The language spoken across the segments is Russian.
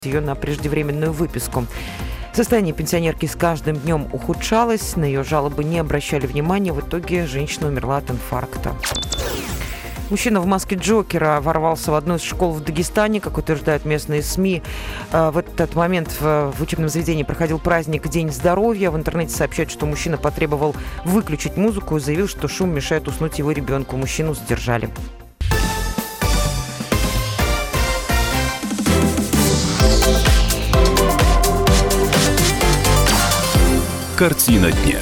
ее на преждевременную выписку. Состояние пенсионерки с каждым днем ухудшалось, на ее жалобы не обращали внимания, в итоге женщина умерла от инфаркта. Мужчина в маске Джокера ворвался в одну из школ в Дагестане, как утверждают местные СМИ. В этот момент в учебном заведении проходил праздник День здоровья. В интернете сообщают, что мужчина потребовал выключить музыку и заявил, что шум мешает уснуть его ребенку. Мужчину задержали. Картина дня.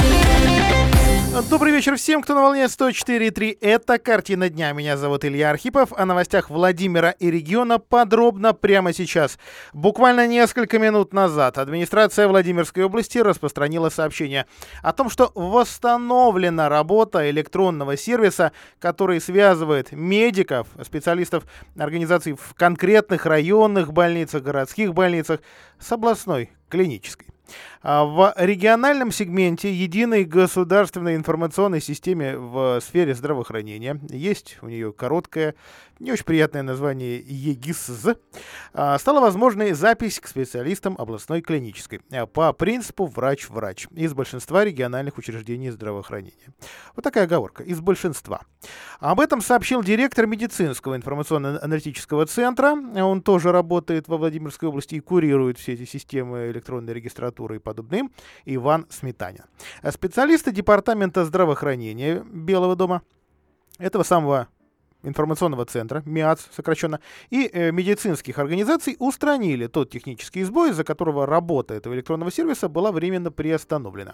Добрый вечер всем, кто на волне 104.3. Это «Картина дня». Меня зовут Илья Архипов. О новостях Владимира и региона подробно прямо сейчас. Буквально несколько минут назад администрация Владимирской области распространила сообщение о том, что восстановлена работа электронного сервиса, который связывает медиков, специалистов организаций в конкретных районных больницах, городских больницах с областной клинической. В региональном сегменте единой государственной информационной системе в сфере здравоохранения, есть у нее короткое, не очень приятное название ЕГИСЗ, стала возможной запись к специалистам областной клинической по принципу врач-врач из большинства региональных учреждений здравоохранения. Вот такая оговорка, из большинства. Об этом сообщил директор медицинского информационно-аналитического центра. Он тоже работает во Владимирской области и курирует все эти системы электронной регистратуры и подобные, Иван Сметанин. Специалисты департамента здравоохранения Белого дома, этого самого информационного центра, МИАЦ сокращенно, и медицинских организаций устранили тот технический сбой, из-за которого работа этого электронного сервиса была временно приостановлена.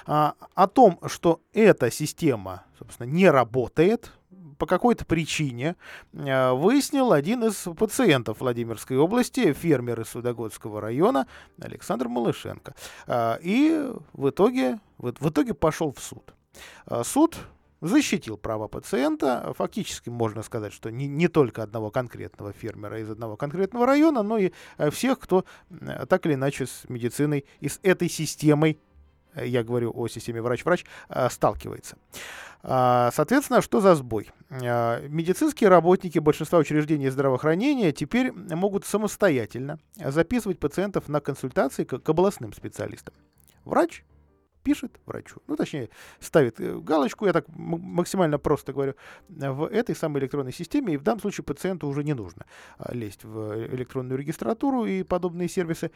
О том, что эта система, собственно, не работает, по какой-то причине выяснил один из пациентов Владимирской области, фермер из Судогодского района Александр Малышенко. И в итоге пошел в суд. Суд защитил права пациента. Фактически можно сказать, что не только одного конкретного фермера из одного конкретного района, но и всех, кто так или иначе с медициной и с этой системой, я говорю о системе врач-врач, сталкивается. Соответственно, что за сбой? Медицинские работники большинства учреждений здравоохранения теперь могут самостоятельно записывать пациентов на консультации к областным специалистам. Врач пишет врачу, точнее, ставит галочку, я так максимально просто говорю, в этой самой электронной системе, и в данном случае пациенту уже не нужно лезть в электронную регистратуру и подобные сервисы,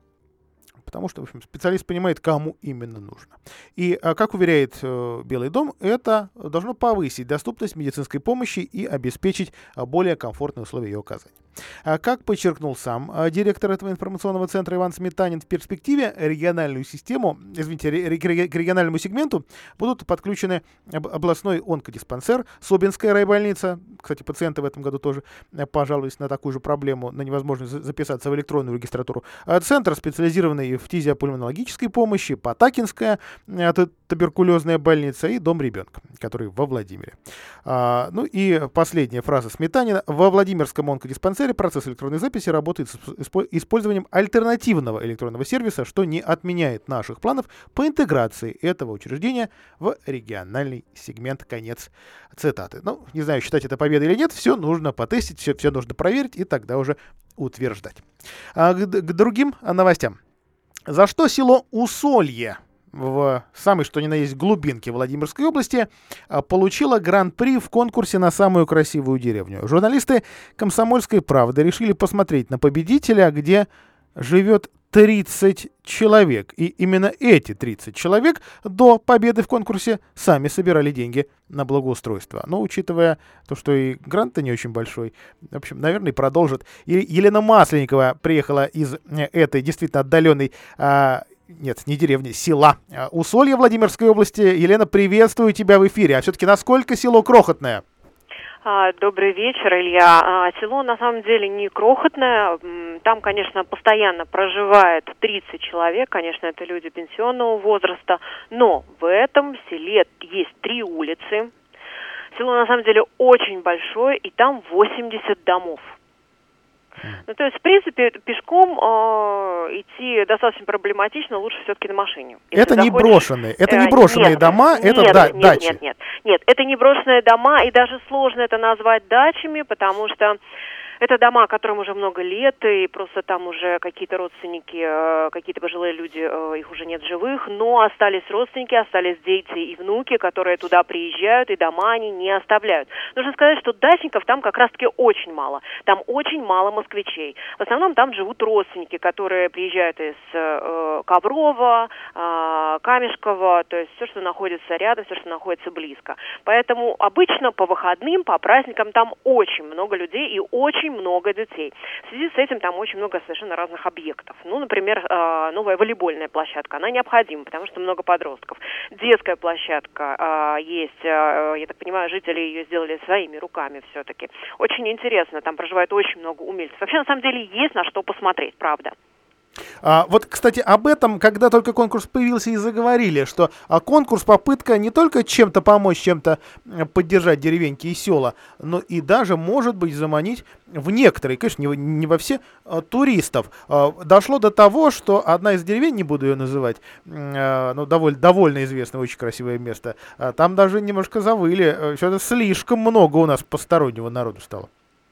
потому что, в общем, специалист понимает, кому именно нужно. И, как уверяет Белый дом, это должно повысить доступность медицинской помощи и обеспечить более комфортные условия ее оказания. Как подчеркнул сам директор этого информационного центра Иван Сметанин, в перспективе к региональному сегменту будут подключены областной онкодиспансер, Собинская райбольница. Кстати, пациенты в этом году тоже пожаловались на такую же проблему, на невозможность записаться в электронную регистратуру. Центр, специализированный в фтизиопульмонологической помощи, Потакинская туберкулезная больница и дом ребенка, который во Владимире. И последняя фраза Сметанина. Во Владимирском онкодиспансере процесс электронной записи работает с использованием альтернативного электронного сервиса, что не отменяет наших планов по интеграции этого учреждения в региональный сегмент. Конец цитаты. Не знаю, считать это победой или нет, все нужно потестить, все нужно проверить и тогда уже утверждать. К другим новостям. За что село Усолье в самой что ни на есть глубинке Владимирской области получила гран-при в конкурсе на самую красивую деревню. Журналисты «Комсомольской правды» решили посмотреть на победителя, где живет 30 человек. И именно эти 30 человек до победы в конкурсе сами собирали деньги на благоустройство. Но учитывая то, что и грант-то не очень большой, в общем, наверное, продолжат. Елена Масленникова приехала из этой действительно отдаленной нет, не деревни, села Усолье Владимирской области. Елена, приветствую тебя в эфире. А все-таки насколько село крохотное? Добрый вечер, Илья. Село на самом деле не крохотное. Там, конечно, постоянно проживает 30 человек. Конечно, это люди пенсионного возраста. Но в этом селе есть 3 улицы. Село на самом деле очень большое, и там 80 домов. То есть, в принципе, пешком идти достаточно проблематично, лучше все-таки на машине. Это не брошенные, дома, Нет, это не брошенные дома, и даже сложно это назвать дачами, потому что Это дома, которым уже много лет, и просто там уже какие-то родственники, какие-то пожилые люди, их уже нет живых, но остались родственники, остались дети и внуки, которые туда приезжают, и дома они не оставляют. Нужно сказать, что дачников там как раз-таки очень мало. Там очень мало москвичей. В основном там живут родственники, которые приезжают из Коврова, Камешкова, то есть все, что находится рядом, все, что находится близко. Поэтому обычно по выходным, по праздникам там очень много людей и очень много детей. В связи с этим там очень много совершенно разных объектов. Ну, например, новая волейбольная площадка, она необходима, потому что много подростков. Детская площадка есть, я так понимаю, жители ее сделали своими руками все-таки. Очень интересно, там проживает очень много умельцев. Вообще, на самом деле, есть на что посмотреть, правда. Вот, кстати, об этом, когда только конкурс появился, и заговорили, что конкурс — попытка не только чем-то помочь, чем-то поддержать деревеньки и села, но и даже, может быть, заманить в некоторые, конечно, не во все, туристов. Дошло до того, что одна из деревень, не буду ее называть, но довольно известное, очень красивое место, там даже немножко завыли, что-то слишком много у нас постороннего народу стало.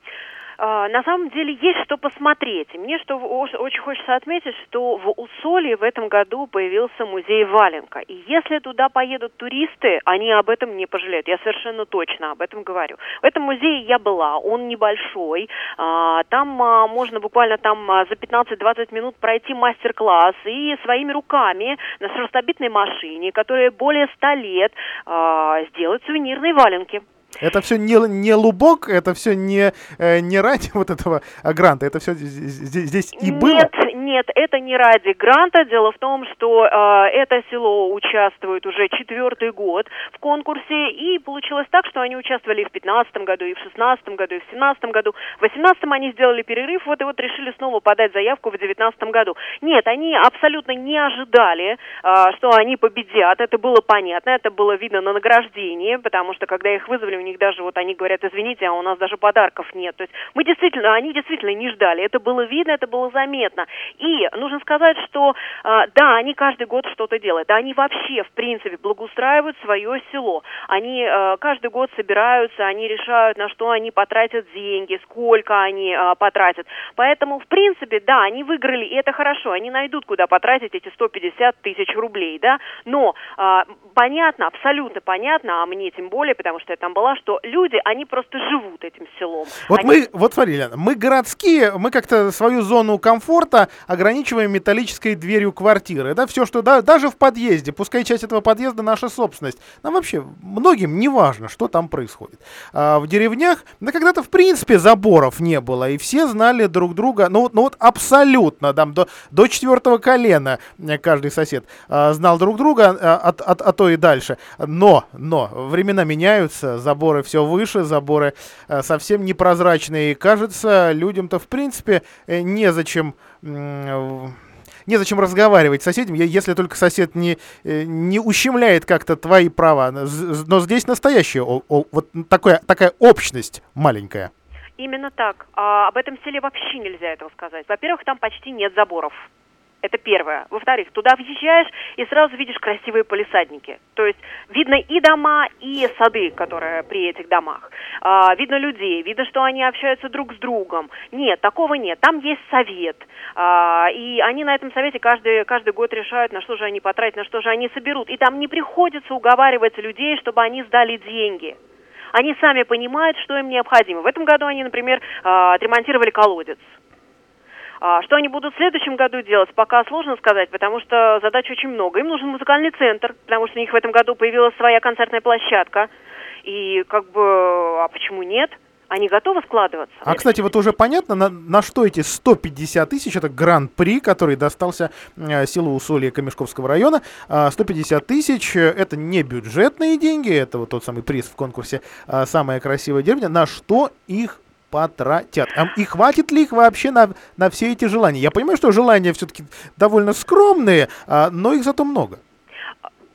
На самом деле есть что посмотреть. И мне что очень хочется отметить, что в Усолье в этом году появился музей Валенка. И если туда поедут туристы, они об этом не пожалеют. Я совершенно точно об этом говорю. В этом музее я была, он небольшой. Там можно буквально за 15-20 минут пройти мастер-класс и своими руками на шерстобитной машине, которая более 100 лет, сделать сувенирные валенки. Это все не лубок, это все не ради вот этого гранта, это все здесь и было? Нет, это не ради гранта. Дело в том, что это село участвует уже 4-й год в конкурсе, и получилось так, что они участвовали и в 2015 году, и в 2016 году, и в 2017 году. В 2018 они сделали перерыв, вот решили снова подать заявку в 2019 году. Нет, они абсолютно не ожидали, что они победят, это было понятно, это было видно на награждении, потому что когда их вызвали, у них даже они говорят: извините, а у нас даже подарков нет. То есть они действительно не ждали. Это было видно, это было заметно. И нужно сказать, что да, они каждый год что-то делают. Да, они вообще, в принципе, благоустраивают свое село. Они каждый год собираются, они решают, на что они потратят деньги, сколько они потратят. Поэтому, в принципе, да, они выиграли, и это хорошо. Они найдут, куда потратить эти 150 тысяч рублей, да. Но понятно, абсолютно понятно, а мне тем более, потому что я там была, что люди, они просто живут этим селом. Смотри, Лена, мы городские, мы как-то свою зону комфорта ограничиваем металлической дверью квартиры. Да, все, что даже в подъезде, пускай часть этого подъезда наша собственность. Нам вообще многим не важно, что там происходит. В деревнях, когда-то в принципе заборов не было, и все знали друг друга, вот абсолютно, там, до 4-го колена каждый сосед знал друг друга, а то и дальше. Но времена меняются, заборы все выше, заборы совсем непрозрачные. И кажется, людям-то в принципе незачем разговаривать с соседями, если только сосед не ущемляет как-то твои права. Но здесь настоящая вот такая общность маленькая. Именно так. Об этом селе вообще нельзя этого сказать. Во-первых, там почти нет заборов. Это первое. Во-вторых, туда въезжаешь и сразу видишь красивые палисадники. То есть видно и дома, и сады, которые при этих домах. Видно людей, видно, что они общаются друг с другом. Нет, такого нет. Там есть совет. И они на этом совете каждый год решают, на что же они потратят, на что же они соберут. И там не приходится уговаривать людей, чтобы они сдали деньги. Они сами понимают, что им необходимо. В этом году они, например, отремонтировали колодец. Что они будут в следующем году делать, пока сложно сказать, потому что задач очень много. Им нужен музыкальный центр, потому что у них в этом году появилась своя концертная площадка. И а почему нет? Они готовы складываться. Кстати, вот уже понятно, на что эти 150 тысяч, это гран-при, который достался селу Усолье Камешковского района. 150 тысяч, это не бюджетные деньги, это вот тот самый приз в конкурсе «Самая красивая деревня». На что их потратят? И хватит ли их вообще на все эти желания? Я понимаю, что желания все-таки довольно скромные, но их зато много.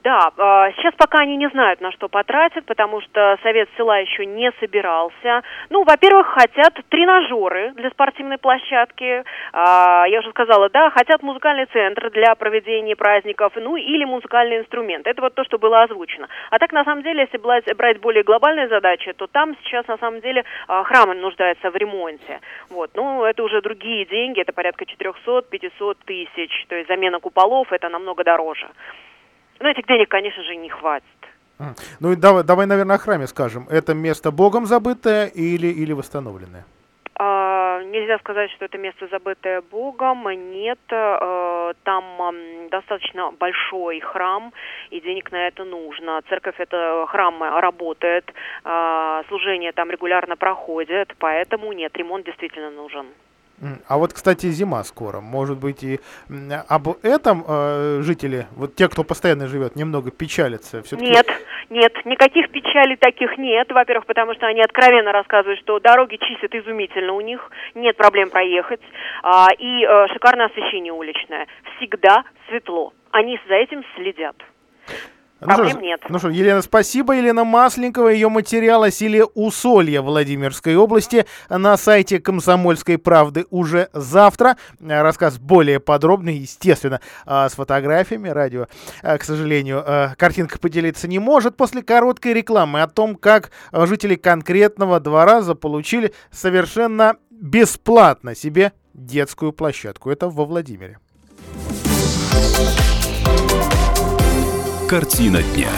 Да, сейчас пока они не знают, на что потратят, потому что совет села еще не собирался. Ну, во-первых, хотят тренажеры для спортивной площадки. Я уже сказала, да, хотят музыкальный центр для проведения праздников, ну, или музыкальный инструмент. Это вот то, что было озвучено. А так, на самом деле, если брать более глобальные задачи, то там сейчас, на самом деле, храм нуждается в ремонте. Вот, ну, это уже другие деньги, это порядка 400-500 тысяч. То есть замена куполов, это намного дороже. Но этих денег, конечно же, не хватит. Ну и давай, наверное, о храме скажем. Это место Богом забытое или восстановленное? Нельзя сказать, что это место забытое Богом. Нет, там достаточно большой храм, и денег на это нужно. Церковь, это храм работает, служения там регулярно проходят, поэтому нет, ремонт действительно нужен. А вот, кстати, зима скоро. Может быть, и об этом жители, вот те, кто постоянно живет, немного печалятся? Все-таки... Нет, никаких печалей таких нет. Во-первых, потому что они откровенно рассказывают, что дороги чистят изумительно у них, нет проблем проехать, и шикарное освещение уличное. Всегда светло. Они за этим следят. Проблем нет. Ну что, Елена, спасибо. Елена Масленникова, ее материал о селе Усолье Владимирской области на сайте «Комсомольской правды» уже завтра. Рассказ более подробный, естественно, с фотографиями. Радио, к сожалению, картинка поделиться не может. После короткой рекламы о том, как жители конкретного двора заполучили совершенно бесплатно себе детскую площадку. Это во Владимире. Картина дня.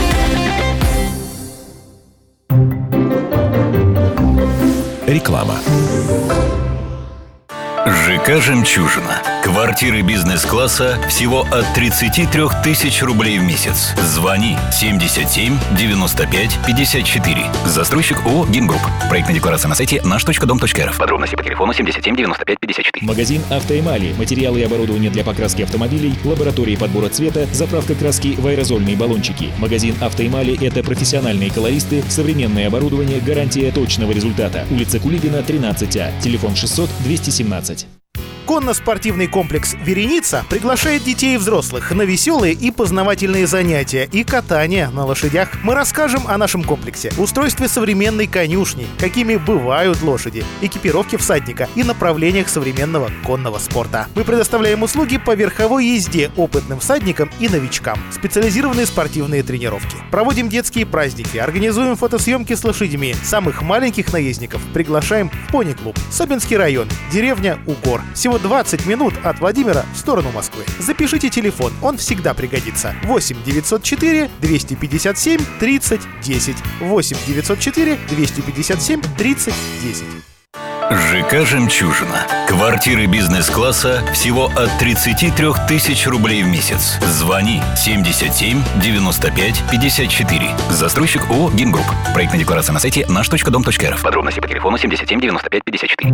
Реклама. ЖК «Жемчужина». Квартиры бизнес-класса всего от 33 тысяч рублей в месяц. Звони 77 95 54. Застройщик ООО «Гимгрупп». Проектная декларация на сайте наш.дом.рф. Подробности по телефону 77 95 54. Магазин «Автоэмали». Материалы и оборудование для покраски автомобилей, лаборатории подбора цвета, заправка краски в аэрозольные баллончики. Магазин «Автоэмали» — это профессиональные колористы, современное оборудование, гарантия точного результата. Улица Кулибина, 13А. Телефон 600 217. Конно-спортивный комплекс «Вереница» приглашает детей и взрослых на веселые и познавательные занятия и катание на лошадях. Мы расскажем о нашем комплексе, устройстве современной конюшни, какими бывают лошади, экипировке всадника и направлениях современного конного спорта. Мы предоставляем услуги по верховой езде опытным всадникам и новичкам, специализированные спортивные тренировки. Проводим детские праздники, организуем фотосъемки с лошадьми. Самых маленьких наездников приглашаем в пони-клуб. Собинский район, деревня Угор. Всего 20 минут от Владимира в сторону Москвы. Запишите телефон, он всегда пригодится. 8 904 257 30 10. 8 904 257 30 10. ЖК «Жемчужина». Квартиры бизнес-класса всего от 33 тысяч рублей в месяц. Звони 77 95 54. Застройщик ООО «Гимгрупп». Проектная декларация на сайте наш.дом.рф. Подробности по телефону 77 95 54.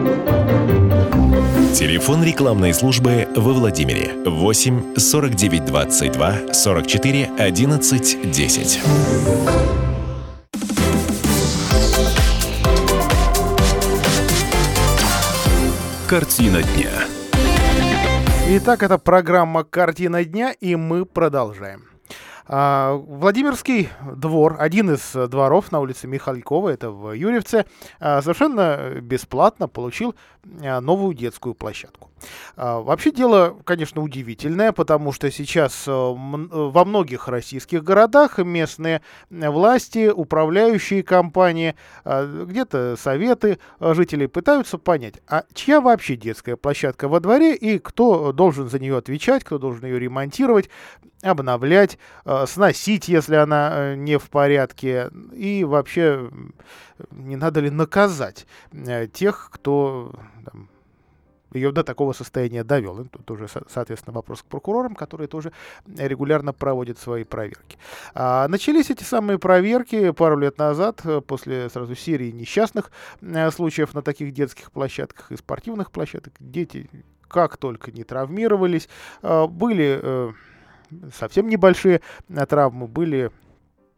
Телефон рекламной службы во Владимире 8 49 22 44 11 10. Картина дня. Итак, это программа «Картина дня», и мы продолжаем. Владимирский двор, один из дворов на улице Михалькова, это в Юрьевце, совершенно бесплатно получил новую детскую площадку. Вообще дело, конечно, удивительное, потому что сейчас во многих российских городах местные власти, управляющие компании, где-то советы жителей пытаются понять, а чья вообще детская площадка во дворе и кто должен за нее отвечать, кто должен ее ремонтировать, обновлять, сносить, если она не в порядке, и вообще не надо ли наказать тех, кто ее до такого состояния довел. И тут уже, соответственно, вопрос к прокурорам, которые тоже регулярно проводят свои проверки. Начались эти самые проверки пару лет назад, после сразу серии несчастных случаев на таких детских площадках и спортивных площадках. Дети как только не травмировались, были совсем небольшие травмы, были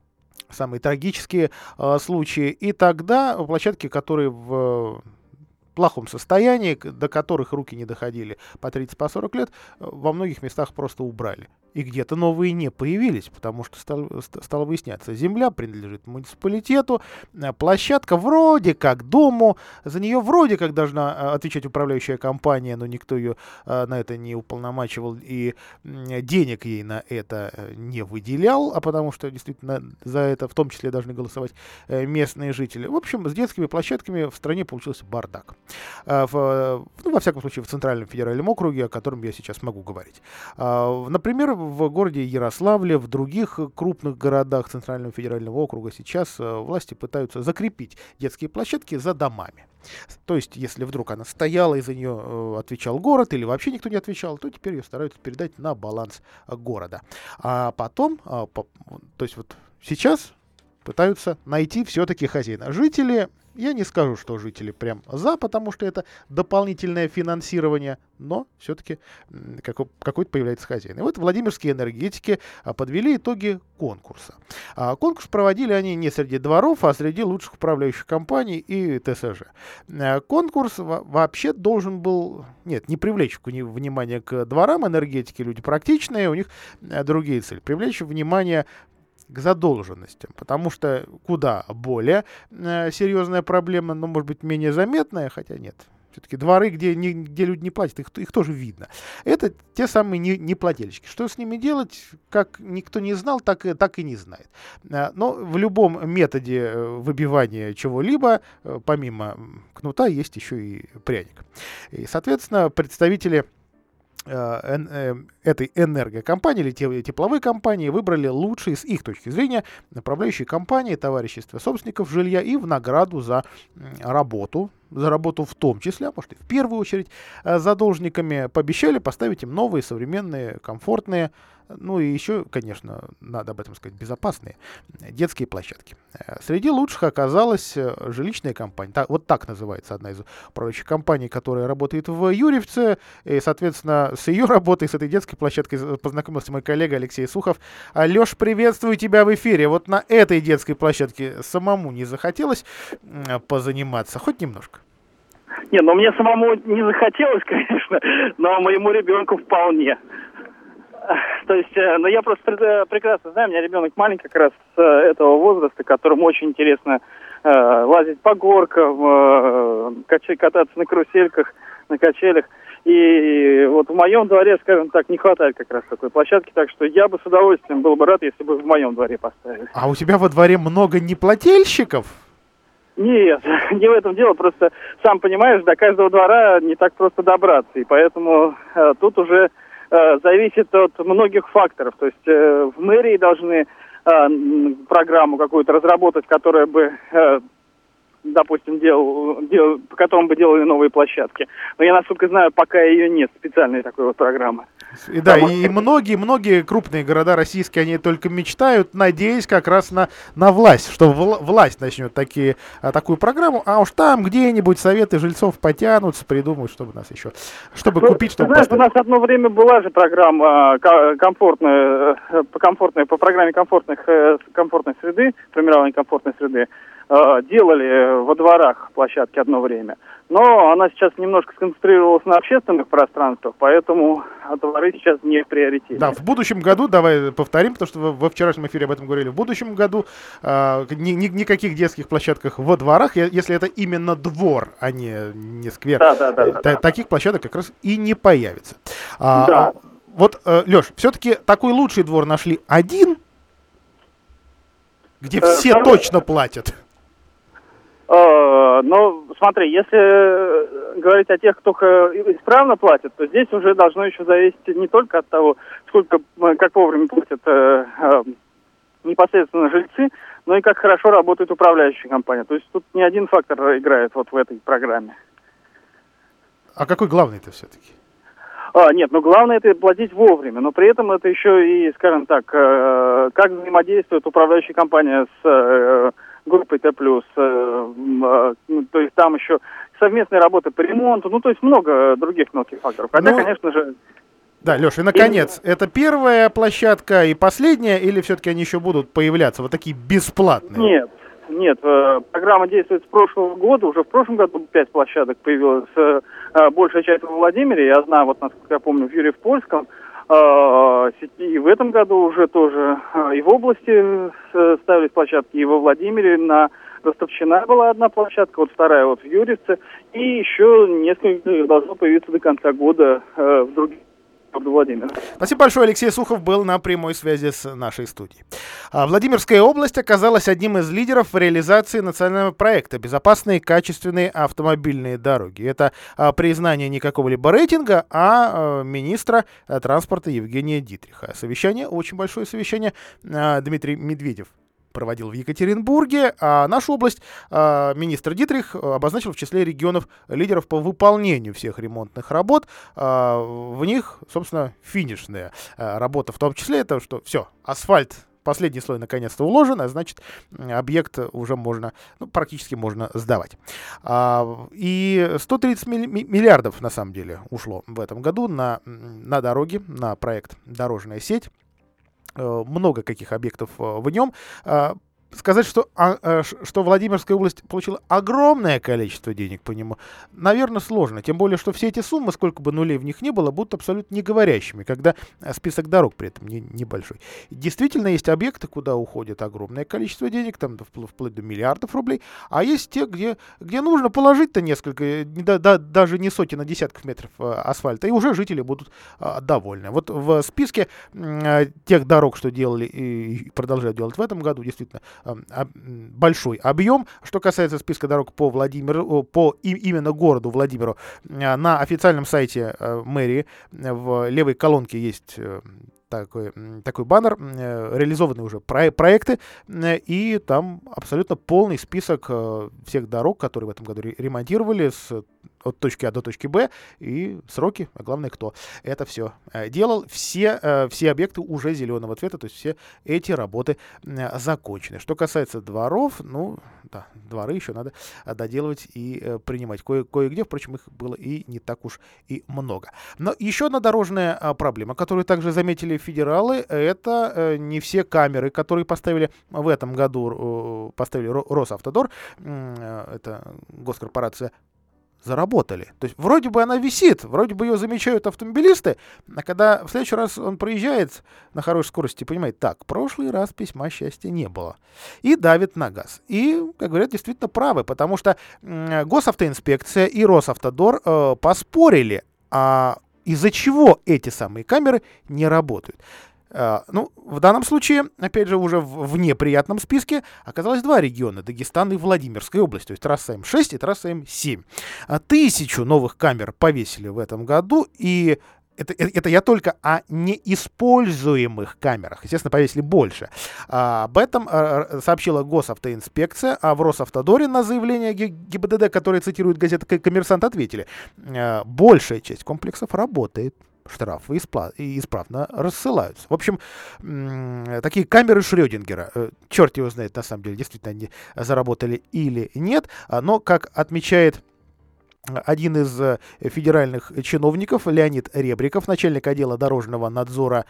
самые трагические случаи. И тогда площадки, которые в плохом состоянии, до которых руки не доходили по 30-40 лет, во многих местах просто убрали. И где-то новые не появились, потому что стало выясняться, земля принадлежит муниципалитету, площадка вроде как дому, за нее вроде как должна отвечать управляющая компания, но никто ее на это не уполномачивал и денег ей на это не выделял, а потому что действительно за это в том числе должны голосовать местные жители. В общем, с детскими площадками в стране получился бардак. Во всяком случае, в Центральном федеральном округе, о котором я сейчас могу говорить. Например, в городе Ярославле, в других крупных городах Центрального федерального округа сейчас власти пытаются закрепить детские площадки за домами. То есть, если вдруг она стояла и за нее отвечал город, или вообще никто не отвечал, то теперь ее стараются передать на баланс города. А потом, то есть вот сейчас пытаются найти все-таки хозяина. Жители, я не скажу, что жители прям за, потому что это дополнительное финансирование, но все-таки какой-то появляется хозяин. И вот владимирские энергетики подвели итоги конкурса. Конкурс проводили они не среди дворов, а среди лучших управляющих компаний и ТСЖ. Конкурс вообще должен был, не привлечь внимание к дворам энергетики, люди практичные, у них другие цели. Привлечь внимание к задолженностям, потому что куда более серьезная проблема, но, может быть, менее заметная, хотя нет. Все-таки дворы, где люди не платят, их тоже видно. Это те самые неплательщики. Что с ними делать, как никто не знал, так и не знает. Но в любом методе выбивания чего-либо, помимо кнута, есть еще и пряник. И, соответственно, представители этой энергокомпании или тепловой компании выбрали лучшие с их точки зрения направляющие компании, товарищества собственников жилья и в награду за работу в том числе, а может и в первую очередь, задолженниками пообещали поставить им новые, современные, комфортные, ну и еще, конечно, надо об этом сказать, безопасные детские площадки. Среди лучших оказалась жилищная компания. Вот так называется одна из управляющих компаний, которая работает в Юрьевце. И, соответственно, с ее работой, с этой детской площадкой познакомился мой коллега Алексей Сухов. Леш, приветствую тебя в эфире. Вот на этой детской площадке самому не захотелось позаниматься? Хоть немножко? Не, мне самому не захотелось, конечно, но моему ребенку вполне. То есть, я просто прекрасно знаю, у меня ребенок маленький как раз с этого возраста, которому очень интересно лазить по горкам, кататься на карусельках, на качелях. И вот в моем дворе, скажем так, не хватает как раз такой площадки, так что я бы с удовольствием был бы рад, если бы в моем дворе поставили. А у тебя во дворе много неплательщиков? Нет, не в этом дело, просто, сам понимаешь, до каждого двора не так просто добраться, и поэтому тут уже зависит от многих факторов. То есть в мэрии должны программу какую-то разработать, которая бы, допустим, по которому бы делали новые площадки. Но я, насколько знаю, пока ее нет, специальной такой вот программы. И да, и многие крупные города российские, они только мечтают, надеясь как раз на власть, что власть начнет такую программу, а уж там где-нибудь советы жильцов потянутся, придумают, чтобы нас еще, чтобы купить, чтобы знаешь, поставить. У нас одно время была же программа комфортная по программе комфортной среды, формирования комфортной среды, делали во дворах площадки одно время. Но она сейчас немножко сконцентрировалась на общественных пространствах, поэтому дворы сейчас не в приоритете. Да, в будущем году, давай повторим, потому что во вчерашнем эфире об этом говорили, в будущем году никаких детских площадках во дворах, если это именно двор, а не сквер, таких площадок как раз и не появится. Да. Вот, Леш, все-таки такой лучший двор нашли один, где все точно платят. Но смотри, если говорить о тех, кто исправно платит, то здесь уже должно еще зависеть не только от того, как вовремя платят непосредственно жильцы, но и как хорошо работает управляющая компания. То есть тут не один фактор играет вот в этой программе. А какой главный-то все-таки? Нет, главное это платить вовремя, но при этом это еще и, скажем так, как взаимодействует управляющая компания с группой Т+, то есть там еще совместные работы по ремонту, то есть много других мелких факторов. Хотя, конечно же... Да, Леша, и наконец, это первая площадка и последняя, или все-таки они еще будут появляться, вот такие бесплатные? Нет, программа действует с прошлого года. Уже в прошлом году 5 площадок появилось. Большая часть во Владимире, и одна, вот насколько я помню, в Юрьев-Польском. И в этом году уже тоже и в области ставились площадки, и во Владимире. На Ростовщина была одна площадка, вот вторая вот в Юрьевце. И еще несколько должно появиться до конца года в других. Владимир. Спасибо большое. Алексей Сухов был на прямой связи с нашей студией. Владимирская область оказалась одним из лидеров в реализации национального проекта «Безопасные качественные автомобильные дороги». Это признание не какого-либо рейтинга, а министра транспорта Евгения Дитриха. Совещание, очень большое совещание, Дмитрий Медведев проводил в Екатеринбурге, а нашу область министр Дитрих обозначил в числе регионов лидеров по выполнению всех ремонтных работ. В них, собственно, финишная работа в том числе, это что все, асфальт, последний слой наконец-то уложен, а значит, объект уже можно, практически можно сдавать. И 130 миллиардов, на самом деле, ушло в этом году на дороги, на проект «Дорожная сеть». Много каких объектов в нем. Сказать, что Владимирская область получила огромное количество денег по нему, наверное, сложно. Тем более, что все эти суммы, сколько бы нулей в них ни было, будут абсолютно не говорящими, когда список дорог при этом небольшой. Действительно, есть объекты, куда уходит огромное количество денег, там вплоть до миллиардов рублей, а есть те, где нужно положить-то несколько, даже не сотен, а десятков метров асфальта, и уже жители будут довольны. Вот в списке тех дорог, что делали и продолжают делать в этом году, действительно, большой объем. Что касается списка дорог по Владимиру, по именно городу Владимиру, на официальном сайте мэрии в левой колонке есть такой баннер, реализованы уже проекты, и там абсолютно полный список всех дорог, которые в этом году ремонтировали от точки А до точки Б, и сроки, а главное, кто это все делал. Все объекты уже зеленого цвета, то есть все эти работы закончены. Что касается дворов, дворы еще надо доделывать и принимать кое-где, впрочем, их было и не так уж и много. Но еще одна дорожная проблема, которую также заметили федералы, это не все камеры, которые поставили в этом году, поставили Росавтодор, это госкорпорация, заработали. То есть вроде бы она висит, вроде бы ее замечают автомобилисты, а когда в следующий раз он проезжает на хорошей скорости и понимает, так, в прошлый раз письма счастья не было. И давит на газ. И, как говорят, действительно правы, потому что госавтоинспекция и Росавтодор поспорили, из-за чего эти самые камеры не работают. В данном случае, опять же, уже в неприятном списке оказалось два региона: Дагестан и Владимирская область, то есть трасса М6 и трасса М7. 1000 новых камер повесили в этом году, и это я только о неиспользуемых камерах. Естественно, повесили больше. Об этом сообщила госавтоинспекция, а в Росавтодоре на заявление ГИБДД, которое цитирует газета «Коммерсант», ответили: большая часть комплексов работает. Штрафы исправно рассылаются. В общем, такие камеры Шрёдингера. Черт его знает, на самом деле, действительно они заработали или нет. Но, как отмечает один из федеральных чиновников, Леонид Ребриков, начальник отдела дорожного надзора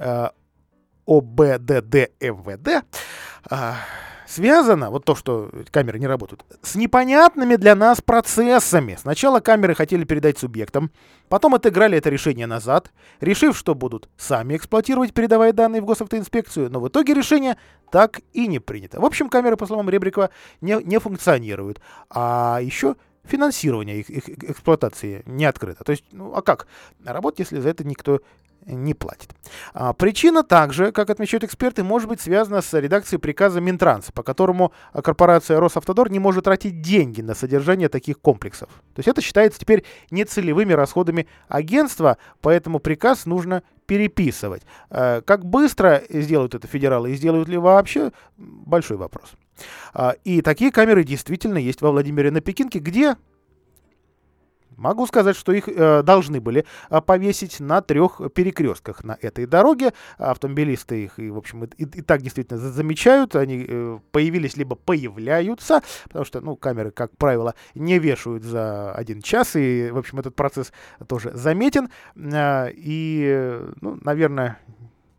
ОБДД МВД, связано, вот то, что камеры не работают, с непонятными для нас процессами. Сначала камеры хотели передать субъектам, потом отыграли это решение назад, решив, что будут сами эксплуатировать, передавая данные в госавтоинспекцию, но в итоге решение так и не принято. В общем, камеры, по словам Ребрикова, не функционируют. А еще финансирование их эксплуатации не открыто. То есть, а как работать, если за это никто не платит? Причина также, как отмечают эксперты, может быть связана с редакцией приказа Минтранса, по которому корпорация Росавтодор не может тратить деньги на содержание таких комплексов. То есть это считается теперь нецелевыми расходами агентства, поэтому приказ нужно переписывать. Как быстро сделают это федералы и сделают ли вообще, большой вопрос. И такие камеры действительно есть во Владимире на Пекинке, где... Могу сказать, что их должны были повесить на 3 перекрестках на этой дороге. Автомобилисты их, в общем, и так действительно замечают. Они появились либо появляются, потому что, камеры, как правило, не вешают за 1 час. И, в общем, этот процесс тоже заметен. И, наверное...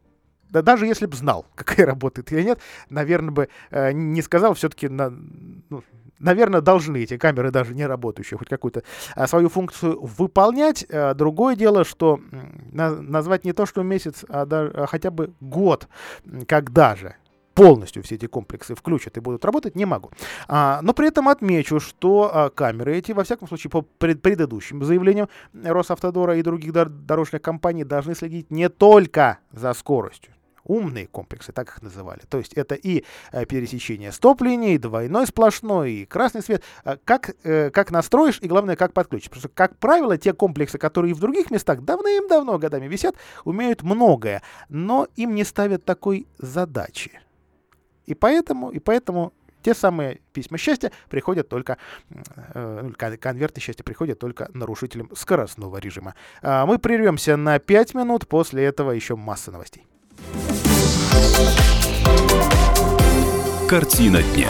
Да даже если бы знал, какая работает или нет, наверное, бы не сказал, все-таки, наверное, должны эти камеры, даже не работающие, хоть какую-то свою функцию выполнять. Другое дело, что назвать не то, что месяц, а хотя бы год, когда же полностью все эти комплексы включат и будут работать, не могу. Но при этом отмечу, что камеры эти, во всяком случае, по предыдущим заявлениям Росавтодора и других дорожных компаний, должны следить не только за скоростью. Умные комплексы, так их называли. То есть это и пересечение стоп-линии, и двойной сплошной, и красный свет. Как настроишь и, главное, как подключишь. Потому что, как правило, те комплексы, которые и в других местах давным-давно годами висят, умеют многое, но им не ставят такой задачи. И поэтому те самые письма счастья приходят только, конверты счастья приходят только нарушителям скоростного режима. Мы прервемся на 5 минут, после этого еще масса новостей. Картина дня.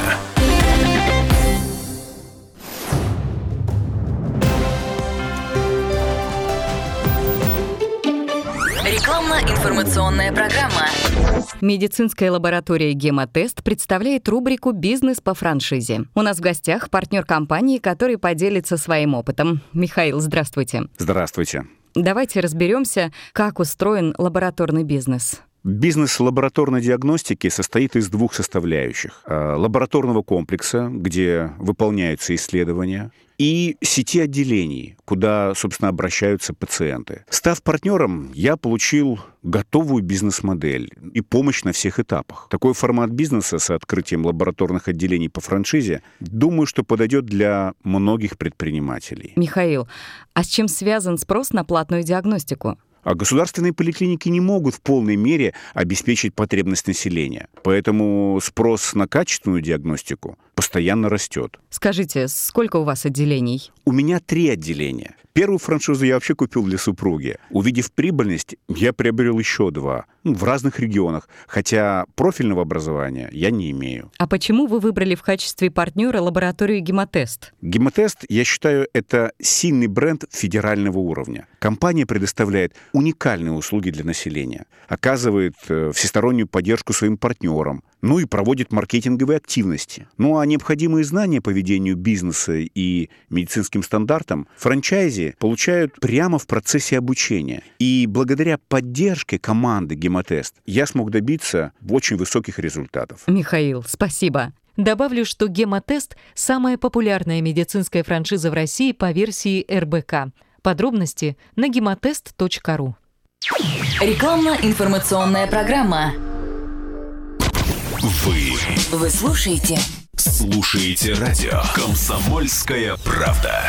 Рекламно-информационная программа. Медицинская лаборатория «Гемотест» представляет рубрику «Бизнес по франшизе». У нас в гостях партнер компании, который поделится своим опытом. Михаил, здравствуйте. Здравствуйте. Давайте разберемся, как устроен лабораторный бизнес. Бизнес лабораторной диагностики состоит из двух составляющих. Лабораторного комплекса, где выполняются исследования, и сети отделений, куда, собственно, обращаются пациенты. Став партнером, я получил готовую бизнес-модель и помощь на всех этапах. Такой формат бизнеса с открытием лабораторных отделений по франшизе, думаю, что подойдет для многих предпринимателей. Михаил, а с чем связан спрос на платную диагностику? А государственные поликлиники не могут в полной мере обеспечить потребность населения. Поэтому спрос на качественную диагностику постоянно растет. Скажите, сколько у вас отделений? У меня 3 отделения. Первую франшизу я вообще купил для супруги. Увидев прибыльность, я приобрел еще 2 в разных регионах, хотя профильного образования я не имею. А почему вы выбрали в качестве партнера лабораторию «Гемотест»? «Гемотест», я считаю, это сильный бренд федерального уровня. Компания предоставляет уникальные услуги для населения, оказывает всестороннюю поддержку своим партнерам, и проводит маркетинговые активности. А необходимые знания по ведению бизнеса и медицинским стандартам франчайзи получают прямо в процессе обучения. И благодаря поддержке команды «Гемотест» я смог добиться очень высоких результатов. Михаил, спасибо. Добавлю, что «Гемотест» — самая популярная медицинская франшиза в России по версии РБК. Подробности на gemotest.ru. Рекламно-информационная программа. Вы слушаете радио «Комсомольская правда».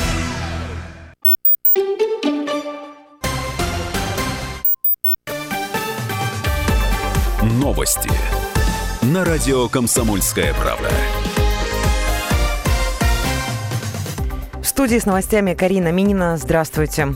Новости на радио «Комсомольская правда». В студии с новостями Карина Минина. Здравствуйте.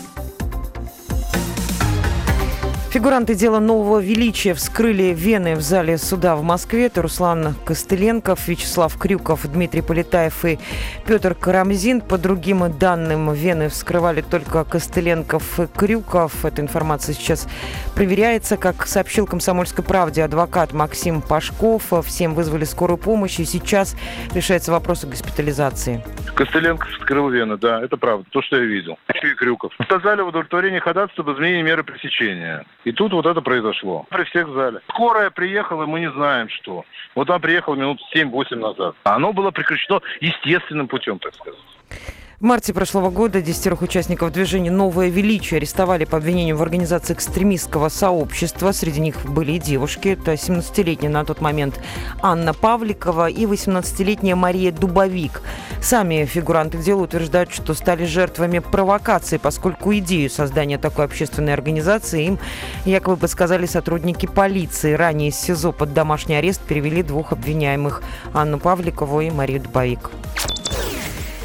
Фигуранты дела нового величия вскрыли вены в зале суда в Москве. Это Руслан Костыленков, Вячеслав Крюков, Дмитрий Полетаев и Петр Карамзин. По другим данным, вены вскрывали только Костыленков и Крюков. Эта информация сейчас проверяется. Как сообщил «Комсомольской правде» адвокат Максим Пашков, всем вызвали скорую помощь, и сейчас решается вопрос о госпитализации. Костыленков вскрыл вены, да, это правда, то, что я видел. И Крюков. Сказали в удовлетворении ходатайства об изменении меры пресечения. И тут вот это произошло. При всех в зале. Скорая приехала, мы не знаем, что. Вот она приехала минут 7-8 назад. Оно было прекращено естественным путем, так сказать. В марте прошлого года 10 участников движения «Новое величие» арестовали по обвинению в организации экстремистского сообщества. Среди них были и девушки. Это 17-летняя на тот момент Анна Павликова и 18-летняя Мария Дубовик. Сами фигуранты дела утверждают, что стали жертвами провокации, поскольку идею создания такой общественной организации им якобы подсказали сотрудники полиции. Ранее из СИЗО под домашний арест перевели 2 обвиняемых – Анну Павликову и Марию Дубовик.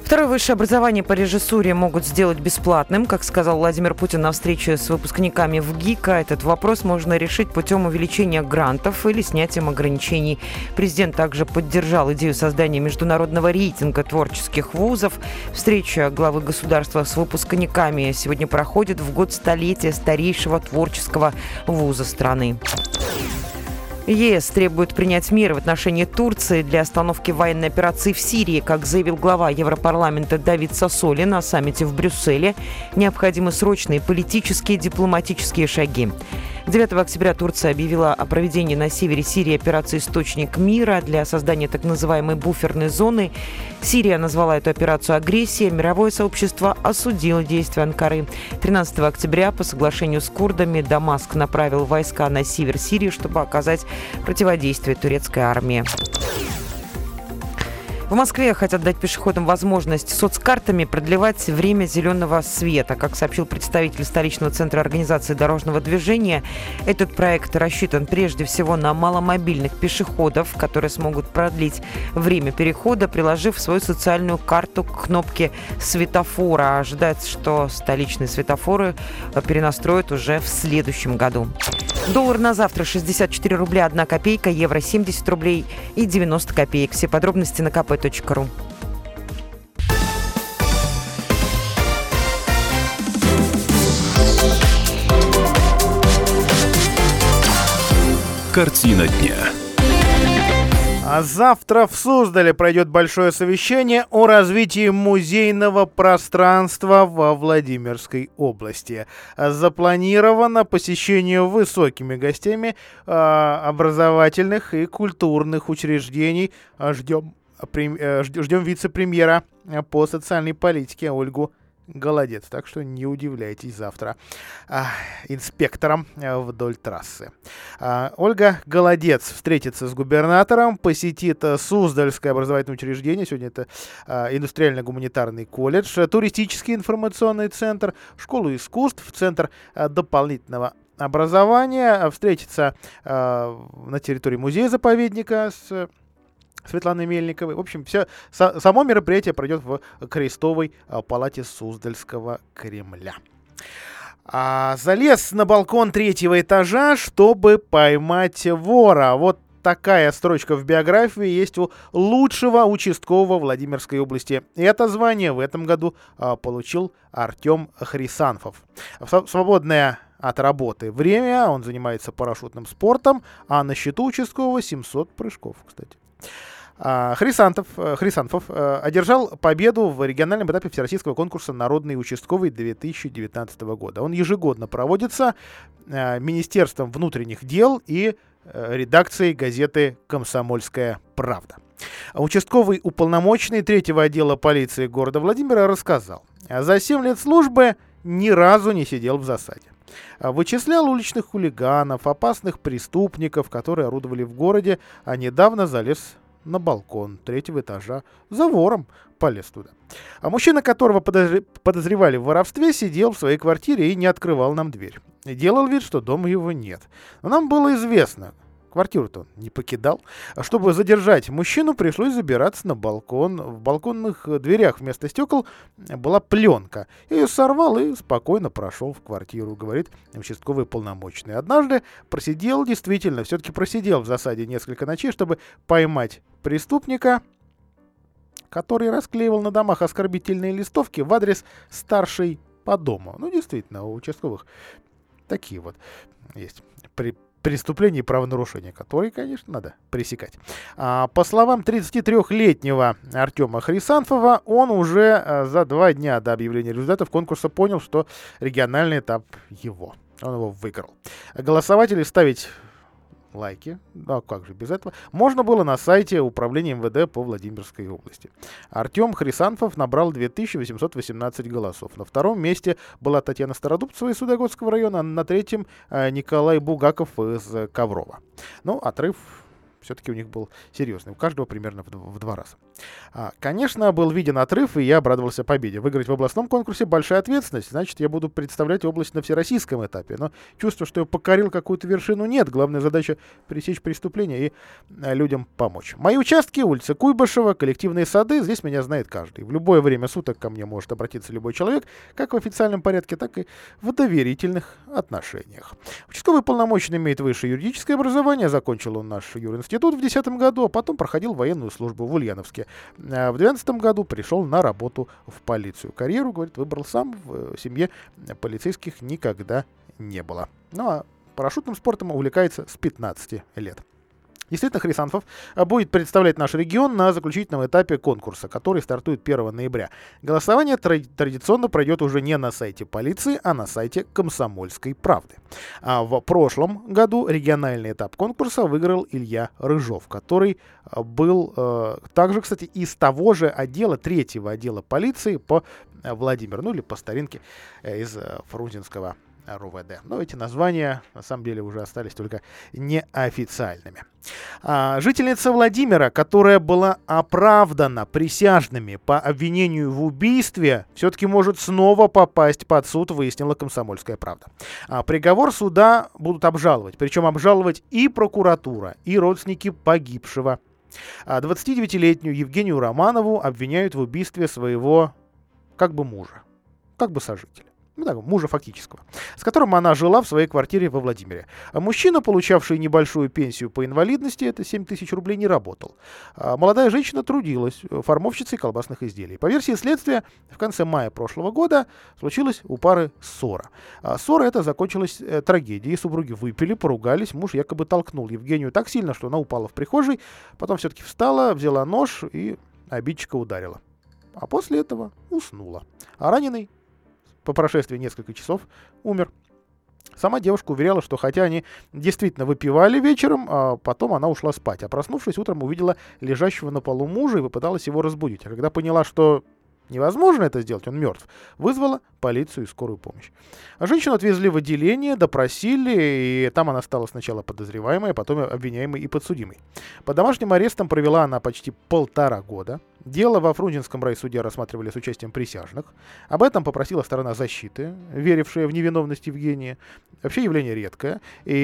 Второе высшее образование по режиссуре могут сделать бесплатным. Как сказал Владимир Путин на встрече с выпускниками в ГИКа, этот вопрос можно решить путем увеличения грантов или снятием ограничений. Президент также поддержал идею создания международного рейтинга творческих вузов. Встреча главы государства с выпускниками сегодня проходит в год столетия старейшего творческого вуза страны. ЕС требует принять меры в отношении Турции для остановки военной операции в Сирии. Как заявил глава Европарламента Давид Сассоли на саммите в Брюсселе, необходимы срочные политические и дипломатические шаги. 9 октября Турция объявила о проведении на севере Сирии операции «Источник мира» для создания так называемой буферной зоны. Сирия назвала эту операцию агрессией. Мировое сообщество осудило действия Анкары. 13 октября по соглашению с курдами Дамаск направил войска на север Сирии, чтобы оказать противодействие турецкой армии. В Москве хотят дать пешеходам возможность соцкартами продлевать время зеленого света. Как сообщил представитель столичного центра организации дорожного движения, этот проект рассчитан прежде всего на маломобильных пешеходов, которые смогут продлить время перехода, приложив свою социальную карту к кнопке светофора. Ожидается, что столичные светофоры перенастроят уже в следующем году. Доллар на завтра 64 рубля 1 копейка, евро 70 рублей и 90 копеек. Все подробности на kp.ru. Картина дня. А завтра в Суздале пройдет большое совещание о развитии музейного пространства во Владимирской области. Запланировано посещение высокими гостями образовательных и культурных учреждений. Ждем вице-премьера по социальной политике Ольгу Голодец. Так что не удивляйтесь завтра инспекторам вдоль трассы. Ольга Голодец встретится с губернатором, посетит Суздальское образовательное учреждение. Сегодня это индустриально-гуманитарный колледж, туристический информационный центр, школу искусств, центр дополнительного образования. Встретится на территории музея-заповедника с Светланы Мельниковой. В общем, само мероприятие пройдет в Крестовой палате Суздальского Кремля. Залез на балкон 3-го этажа, чтобы поймать вора. Вот такая строчка в биографии есть у лучшего участкового Владимирской области. Это звание в этом году получил Артем Хрисанфов. В свободное от работы время он занимается парашютным спортом, а на счету участкового 700 прыжков, кстати. Хрисанфов одержал победу в региональном этапе всероссийского конкурса «Народный участковый» 2019 года. Он ежегодно проводится Министерством внутренних дел и редакцией газеты «Комсомольская правда». Участковый уполномоченный 3-го отдела полиции города Владимира рассказал: за 7 лет службы ни разу не сидел в засаде. Вычислял уличных хулиганов, опасных преступников, которые орудовали в городе, а недавно залез на балкон 3-го этажа, за вором полез туда. А мужчина, которого подозревали в воровстве, сидел в своей квартире и не открывал нам дверь. И делал вид, что дома его нет. Но нам было известно, квартиру-то он не покидал. Чтобы задержать мужчину, пришлось забираться на балкон. В балконных дверях вместо стекол была пленка. Я ее сорвал и спокойно прошел в квартиру, говорит участковый полномочный. Однажды все-таки просидел в засаде несколько ночей, чтобы поймать преступника, который расклеивал на домах оскорбительные листовки в адрес старшей по дому. Ну, действительно, у участковых такие вот есть преступления и правонарушения, которые, конечно, надо пресекать. По словам 33-летнего Артема Хрисанфова, он уже за 2 дня до объявления результатов конкурса понял, что региональный этап его. Он его выиграл. Голосовать или ставить лайки, а как же без этого, можно было на сайте Управления МВД по Владимирской области. Артем Хрисанфов набрал 2818 голосов. На 2-м месте была Татьяна Стародубцева из Судогодского района, а на 3-м Николай Бугаков из Коврова. Ну, отрыв все-таки у них был серьезный. У каждого примерно в 2 раза. Конечно, был виден отрыв, и я обрадовался победе. Выиграть в областном конкурсе — большая ответственность. Значит, я буду представлять область на всероссийском этапе. Но чувство, что я покорил какую-то вершину, нет. Главная задача — пресечь преступления и людям помочь. Мои участки — улица Куйбышева, коллективные сады. Здесь меня знает каждый. В любое время суток ко мне может обратиться любой человек, как в официальном порядке, так и в доверительных отношениях. Участковый полномоченный имеет высшее юридическое образование. Закончил он наш юринститут в 2010 году, а потом проходил военную службу в Ульяновске. В 2012 году пришел на работу в полицию. Карьеру, говорит, выбрал сам. В семье полицейских никогда не было. Ну а парашютным спортом увлекается с 15 лет. Действительно, Хрисанфов будет представлять наш регион на заключительном этапе конкурса, который стартует 1 ноября. Голосование традиционно пройдет уже не на сайте полиции, а на сайте «Комсомольской правды». А в прошлом году региональный этап конкурса выиграл Илья Рыжов, который был также, кстати, из того же отдела, 3-го отдела полиции по Владимиру, ну или по старинке из Фрунзенского РУВД. Но эти названия, на самом деле, уже остались только неофициальными. Жительница Владимира, которая была оправдана присяжными по обвинению в убийстве, все-таки может снова попасть под суд, выяснила «Комсомольская правда». Приговор суда будут обжаловать. Причем обжаловать и прокуратура, и родственники погибшего. 29-летнюю Евгению Романову обвиняют в убийстве своего как бы мужа, как бы сожителя. Ну, так, мужа фактического, с которым она жила в своей квартире во Владимире. Мужчина, получавший небольшую пенсию по инвалидности, это 7 тысяч рублей, не работал. Молодая женщина трудилась формовщицей колбасных изделий. По версии следствия, в конце мая прошлого года случилась у пары ссора. Ссора эта закончилась трагедией. Супруги выпили, поругались. Муж якобы толкнул Евгению так сильно, что она упала в прихожей. Потом все-таки встала, взяла нож и обидчика ударила. А после этого уснула. А раненый по прошествии нескольких часов умер. Сама девушка уверяла, что хотя они действительно выпивали вечером, а потом она ушла спать. А проснувшись, утром увидела лежащего на полу мужа и попыталась его разбудить. А когда поняла, что невозможно это сделать, он мертв, вызвала полицию и скорую помощь. Женщину отвезли в отделение, допросили, и там она стала сначала подозреваемой, а потом обвиняемой и подсудимой. Под домашним арестом провела она почти 1,5 года. Дело во Фрунзенском райсуде рассматривали с участием присяжных. Об этом попросила сторона защиты, верившая в невиновность Евгении. Вообще явление редкое.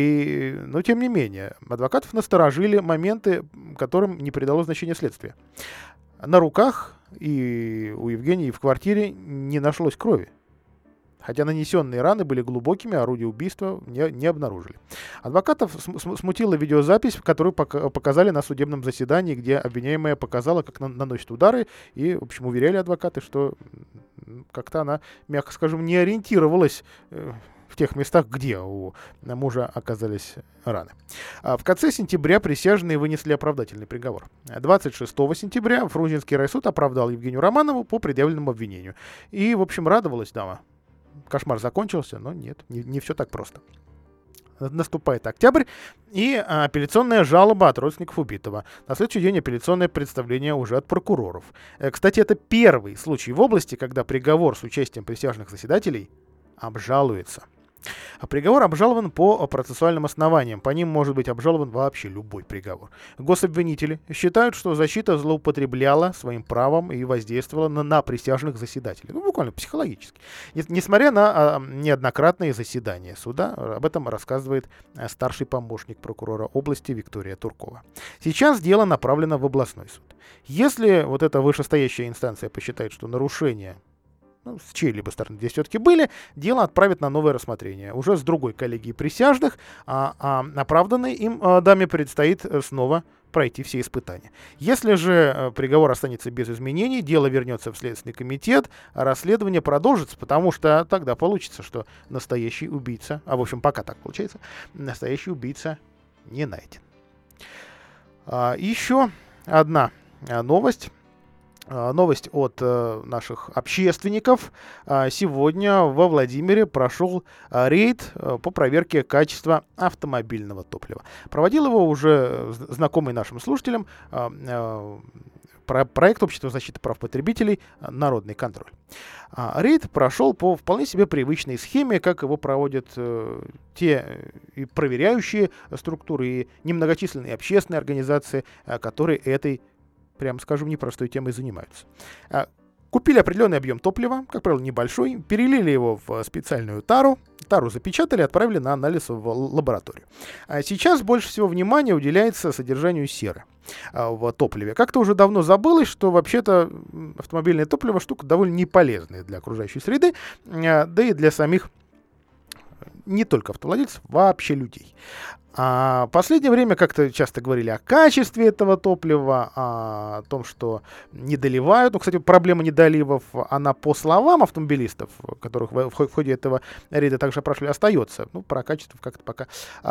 Но тем не менее, адвокатов насторожили моменты, которым не придало значения следствие. На руках и у Евгении в квартире не нашлось крови. Хотя нанесенные раны были глубокими, орудия убийства не обнаружили. Адвокатов смутила видеозапись, которую показали на судебном заседании, где обвиняемая показала, как наносит удары, и, в общем, уверяли адвокаты, что как-то она, мягко скажем, не ориентировалась в тех местах, где у мужа оказались раны. В конце сентября присяжные вынесли оправдательный приговор. 26 сентября Фрунзенский райсуд оправдал Евгению Романову по предъявленному обвинению. И, в общем, радовалась дама. Кошмар закончился, но нет, не все так просто. Наступает октябрь, и апелляционная жалоба от родственников убитого. На следующий день апелляционное представление уже от прокуроров. Кстати, это первый случай в области, когда приговор с участием присяжных заседателей обжалуется. А приговор обжалован по процессуальным основаниям. По ним может быть обжалован вообще любой приговор. Гособвинители считают, что защита злоупотребляла своим правом и воздействовала на присяжных заседателей. Ну, буквально психологически. Несмотря на неоднократные заседания суда, об этом рассказывает старший помощник прокурора области Виктория Туркова. Сейчас дело направлено в областной суд. Если вот эта вышестоящая инстанция посчитает, что нарушения с чьей-либо стороны здесь все-таки были, дело отправят на новое рассмотрение. Уже с другой коллегией присяжных, а оправданной им даме предстоит снова пройти все испытания. Если же приговор останется без изменений, дело вернется в Следственный комитет, а расследование продолжится, потому что тогда получится, что настоящий убийца, в общем, пока так получается, настоящий убийца не найден. Еще одна новость. Новость от наших общественников. Сегодня во Владимире прошел рейд по проверке качества автомобильного топлива. Проводил его уже знакомый нашим слушателям проект Общества защиты прав потребителей «Народный контроль». Рейд прошел по вполне себе привычной схеме, как его проводят те и проверяющие структуры, и немногочисленные общественные организации, которые этой, прямо скажем, непростой темой занимаются. Купили определенный объем топлива, как правило, небольшой, перелили его в специальную тару, тару запечатали и отправили на анализ в лабораторию. А сейчас больше всего внимания уделяется содержанию серы в топливе. Как-то уже давно забылось, что вообще-то автомобильное топливо штука довольно неполезная для окружающей среды, да и для самих не только автовладельцев, вообще людей. А в последнее время как-то часто говорили о качестве этого топлива, о том, что не доливают. Ну, кстати, проблема недоливов, она по словам автомобилистов, которых в ходе этого рейда также опрашивали, остается. Ну, про качество как-то пока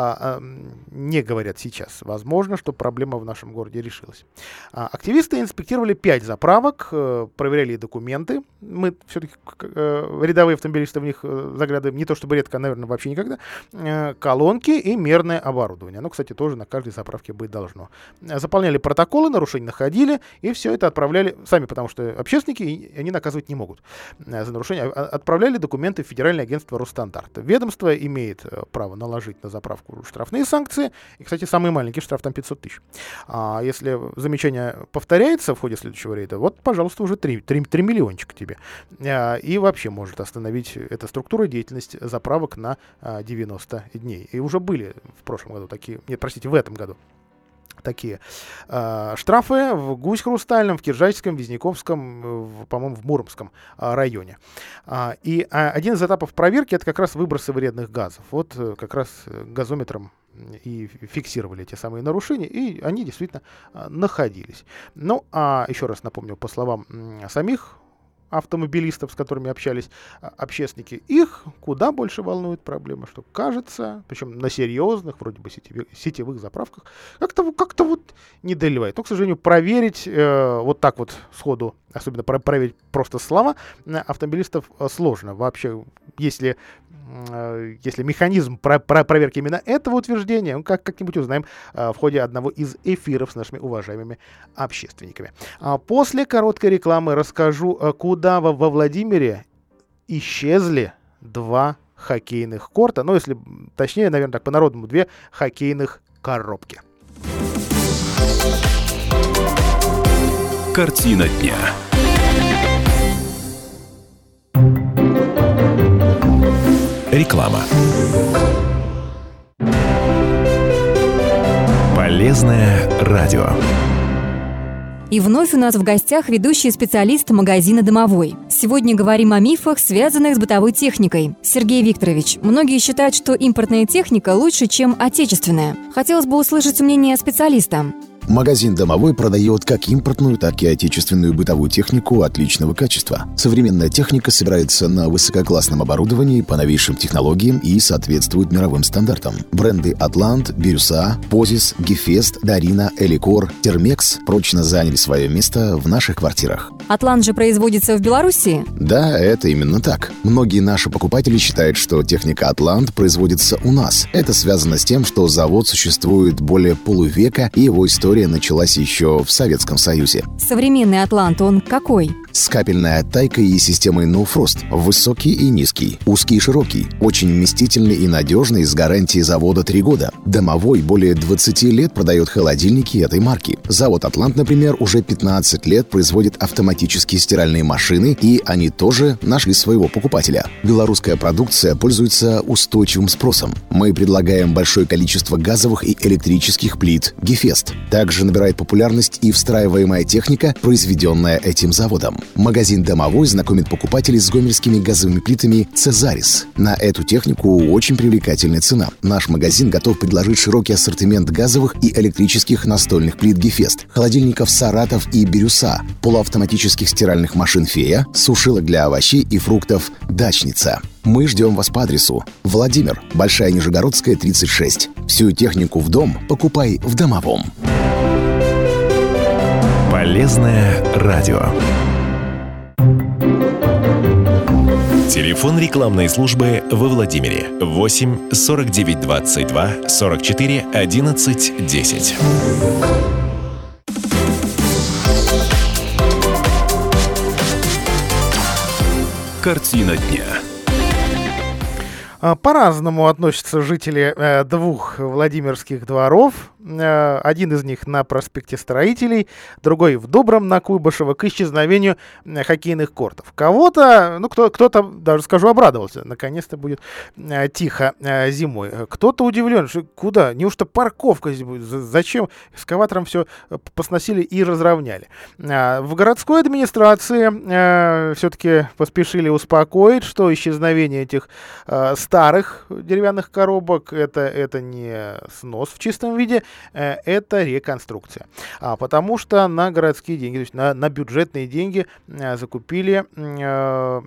не говорят сейчас. Возможно, что проблема в нашем городе решилась. Активисты инспектировали 5 заправок, проверяли документы. Мы все-таки рядовые автомобилисты в них заглядываем не то чтобы редко, а, наверное, вообще никогда. Колонки и мерное оборудование. Оно, кстати, тоже на каждой заправке быть должно. Заполняли протоколы, нарушения находили, и все это отправляли сами, потому что общественники, они наказывать не могут за нарушение. Отправляли документы в Федеральное агентство Росстандарта. Ведомство имеет право наложить на заправку штрафные санкции. И, кстати, самый маленький штраф там 500 тысяч. А если замечание повторяется в ходе следующего рейда, вот, пожалуйста, уже 3 миллиончика тебе. И вообще может остановить эта структура деятельность заправок на 90 дней. И уже были в прошлом году такие, в этом году такие штрафы в Гусь-Хрустальном, в Киржачском, Визняковском, по-моему, в Муромском районе. И один из этапов проверки — это как раз выбросы вредных газов. Вот как раз газометром и фиксировали те самые нарушения, и они действительно находились. Ну, а еще раз напомню, по словам самих автомобилистов, с которыми общались общественники, их куда больше волнует проблема, что кажется, причем на серьезных, вроде бы сетевых заправках, как-то вот не доливает. Но, к сожалению, проверить вот так вот сходу, особенно проверить просто слова автомобилистов сложно. Вообще, если механизм проверки именно этого утверждения, мы как-нибудь узнаем в ходе одного из эфиров с нашими уважаемыми общественниками. После короткой рекламы расскажу, куда во Владимире исчезли 2 хоккейных корта, ну, если точнее, наверное, так по-народному, 2 хоккейных коробки. Картина дня. Реклама. Полезное радио. И вновь у нас в гостях ведущий специалист магазина «Домовой». Сегодня говорим о мифах, связанных с бытовой техникой. Сергей Викторович, многие считают, что импортная техника лучше, чем отечественная. Хотелось бы услышать мнение специалиста. Магазин «Домовой» продает как импортную, так и отечественную бытовую технику отличного качества. Современная техника собирается на высококлассном оборудовании по новейшим технологиям и соответствует мировым стандартам. Бренды «Атлант», «Бирюса», «Позис», «Гефест», «Дарина», «Эликор», «Термекс» прочно заняли свое место в наших квартирах. «Атлант» же производится в Беларуси? Да, это именно так. Многие наши покупатели считают, что техника «Атлант» производится у нас. Это связано с тем, что завод существует более полувека, и его история началась еще в Советском Союзе. Современный «Атлант», он какой? С капельной оттайкой и системой No Frost. Высокий и низкий, узкий и широкий, очень вместительный и надежный, с гарантией завода 3 года. «Домовой» более 20 лет продает холодильники этой марки. Завод «Атлант», например, уже 15 лет производит автоматические стиральные машины, и они тоже нашли своего покупателя. Белорусская продукция пользуется устойчивым спросом. Мы предлагаем большое количество газовых и электрических плит «Гефест». Также набирает популярность и встраиваемая техника, произведенная этим заводом. Магазин «Домовой» знакомит покупателей с гомельскими газовыми плитами «Цезарис». На эту технику очень привлекательная цена. Наш магазин готов предложить широкий ассортимент газовых и электрических настольных плит «Гефест», холодильников «Саратов» и «Бирюса», полуавтоматических стиральных машин «Фея», сушилок для овощей и фруктов «Дачница». Мы ждем вас по адресу: Владимир, Большая Нижегородская, 36. Всю технику в дом покупай в «Домовом». Полезное радио. Телефон рекламной службы во Владимире 8 49 22 44 11 10. Картина дня. По-разному относятся жители двух Владимирских дворов. Один из них на проспекте Строителей, другой в Добром на Куйбышево, к исчезновению хоккейных кортов. Кого-то, кто-то, даже скажу, обрадовался. Наконец-то будет тихо зимой. Кто-то удивлен, что куда? Неужто парковка здесь будет? Зачем? Экскаватором все посносили и разровняли. В городской администрации все-таки поспешили успокоить, что исчезновение этих старых деревянных коробок это не снос в чистом виде, это реконструкция. Потому что на городские деньги, то есть на бюджетные деньги закупили 2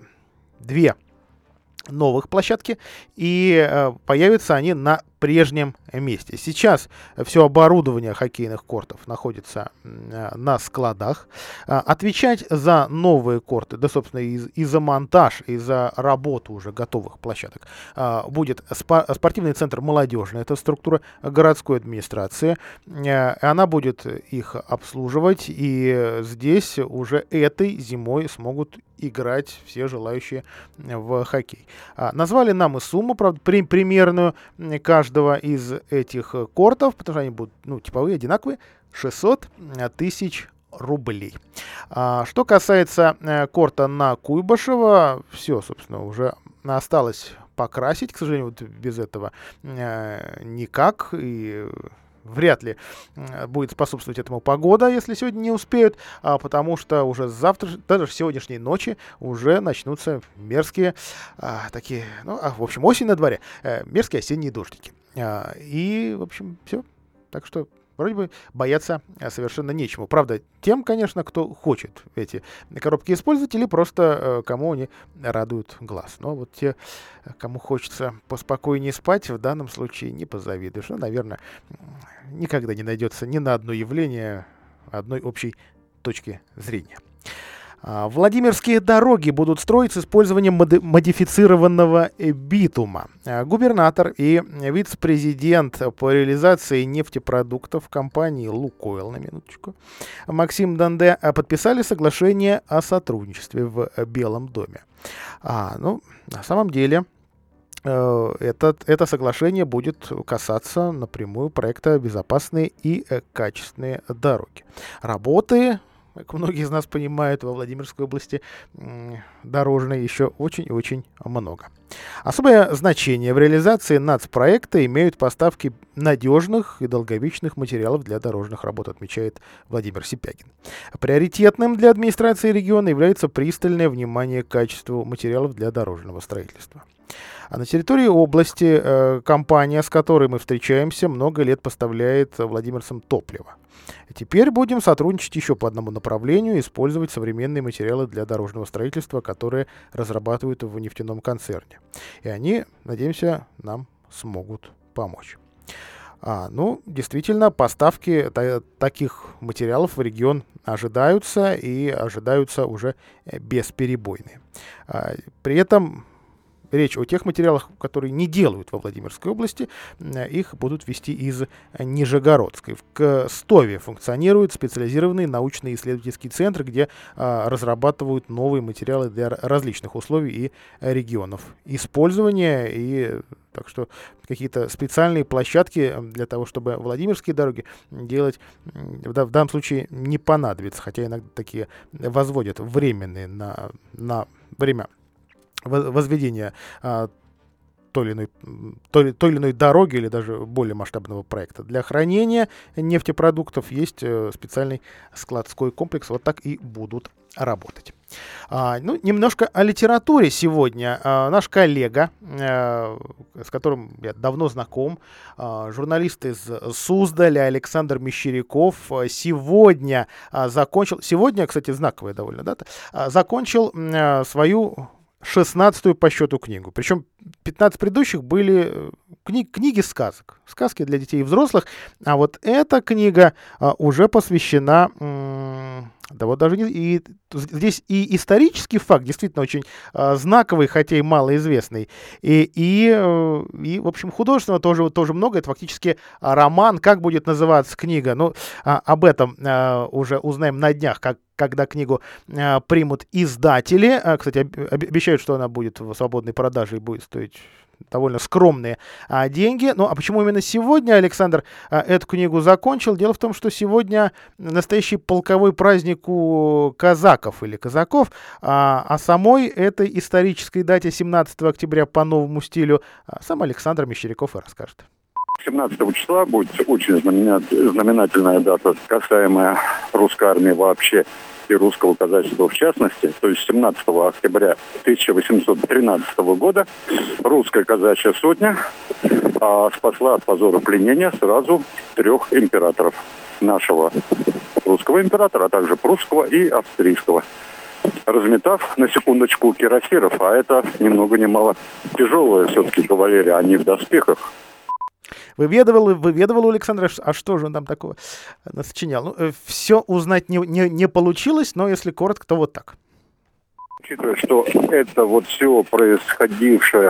новых площадки, и появятся они на прежнем месте. Сейчас все оборудование хоккейных кортов находится на складах. Отвечать за новые корты, да, собственно, и за монтаж, и за работу уже готовых площадок будет спортивный центр «Молодежный». Это структура городской администрации. Она будет их обслуживать, и здесь уже этой зимой смогут играть все желающие в хоккей. Назвали нам и сумму, правда, примерную каждого из этих кортов, потому что они будут типовые, одинаковые, 600 тысяч рублей. Что касается корта на Куйбышево, все, собственно, уже осталось покрасить. К сожалению, вот без этого никак, и вряд ли будет способствовать этому погода, если сегодня не успеют, потому что уже завтра, даже с сегодняшней ночи, уже начнутся мерзкие такие, в общем, осень на дворе, мерзкие осенние дождики. И, в общем, все. Так что вроде бы бояться совершенно нечему. Правда, тем, конечно, кто хочет эти коробки использовать, или просто кому они радуют глаз. Но вот те, кому хочется поспокойнее спать, в данном случае не позавидуешь. Наверное, никогда не найдется ни на одно явление одной общей точки зрения. Владимирские дороги будут строить с использованием модифицированного битума. Губернатор и вице-президент по реализации нефтепродуктов компании «Лукойл», на минуточку, Максим Данде подписали соглашение о сотрудничестве в Белом доме. На самом деле, это соглашение будет касаться напрямую проекта «Безопасные и качественные дороги». Работы, как многие из нас понимают, во Владимирской области дорожной еще очень и очень много. Особое значение в реализации нацпроекта имеют поставки надежных и долговечных материалов для дорожных работ, отмечает Владимир Сипягин. Приоритетным для администрации региона является пристальное внимание к качеству материалов для дорожного строительства. А на территории области компания, с которой мы встречаемся, много лет поставляет владимирцам топливо. Теперь будем сотрудничать еще по одному направлению, использовать современные материалы для дорожного строительства, которые разрабатывают в нефтяном концерне. И они, надеемся, нам смогут помочь. Действительно, поставки таких материалов в регион ожидаются, и ожидаются уже бесперебойные. При этом речь о тех материалах, которые не делают во Владимирской области, их будут везти из Нижегородской. В Кстове функционирует специализированный научно-исследовательский центр, где разрабатывают новые материалы для различных условий и регионов использования. И так что какие-то специальные площадки для того, чтобы Владимирские дороги делать, в данном случае не понадобится, хотя иногда такие возводят временные на время возведения той или иной дороги или даже более масштабного проекта. Для хранения нефтепродуктов есть специальный складской комплекс. Вот так и будут работать. Немножко о литературе сегодня. Наш коллега, с которым я давно знаком, журналист из Суздаля Александр Мещеряков, сегодня, кстати, знаковая довольно дата, закончил свою 16-ю по счету книгу. Причем 15 предыдущих были книги сказок. Сказки для детей и взрослых. А вот эта книга уже посвящена... Да вот даже и здесь и исторический факт, действительно очень знаковый, хотя и малоизвестный. И в общем, художественного тоже много. Это фактически роман. Как будет называться книга? Ну, об этом уже узнаем на днях, когда книгу примут издатели. Кстати, обещают, что она будет в свободной продаже и будет стоить довольно скромные деньги. Ну, а почему именно сегодня Александр эту книгу закончил? Дело в том, что сегодня настоящий полковой праздник у казаков или казаков, а самой этой исторической дате 17 октября по новому стилю сам Александр Мещеряков и расскажет. 17 числа будет очень знаменательная дата, касаемая русской армии вообще и русского казачества в частности. То есть 17 октября 1813 года русская казачья сотня спасла от позора пленения сразу 3 императоров. Нашего русского императора, а также прусского и австрийского. Разметав, на секундочку, кирасиров, а это ни много ни мало тяжелая все-таки кавалерия, они в доспехах. Выведывал у Александра, а что же он там такого насочинял? Ну, все узнать не получилось, но если коротко, то вот так. Учитывая, что это вот все происходившее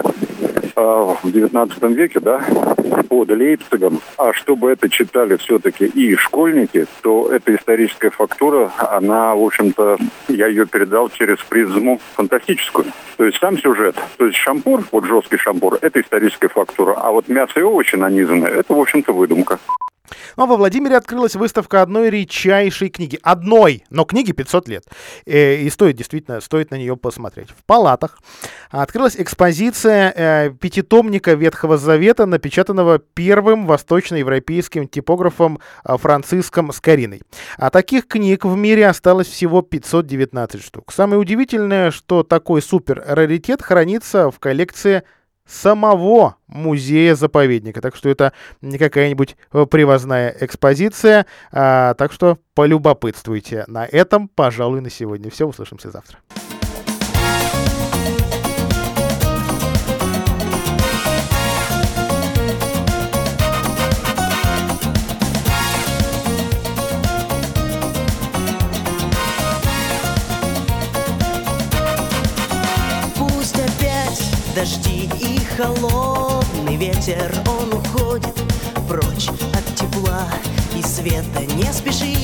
в 19 веке, да, под Лейпцигом, а чтобы это читали все-таки и школьники, то эта историческая фактура, она, в общем-то, я ее передал через призму фантастическую. То есть сам сюжет, то есть шампур, вот жесткий шампур, это историческая фактура, а вот мясо и овощи нанизанные, это, в общем-то, выдумка. Ну, а во Владимире открылась выставка одной редчайшей книги. Одной, но книге 500 лет. И стоит на нее посмотреть. В Палатах открылась экспозиция пятитомника Ветхого Завета, напечатанного первым восточноевропейским типографом Франциском Скориной. А таких книг в мире осталось всего 519 штук. Самое удивительное, что такой супер-раритет хранится в коллекции самого музея-заповедника. Так что это не какая-нибудь привозная экспозиция. Так что полюбопытствуйте. На этом, пожалуй, на сегодня все. Услышимся завтра. Пусть опять дожди и холодный ветер, он уходит прочь от тепла и света. Не спеши,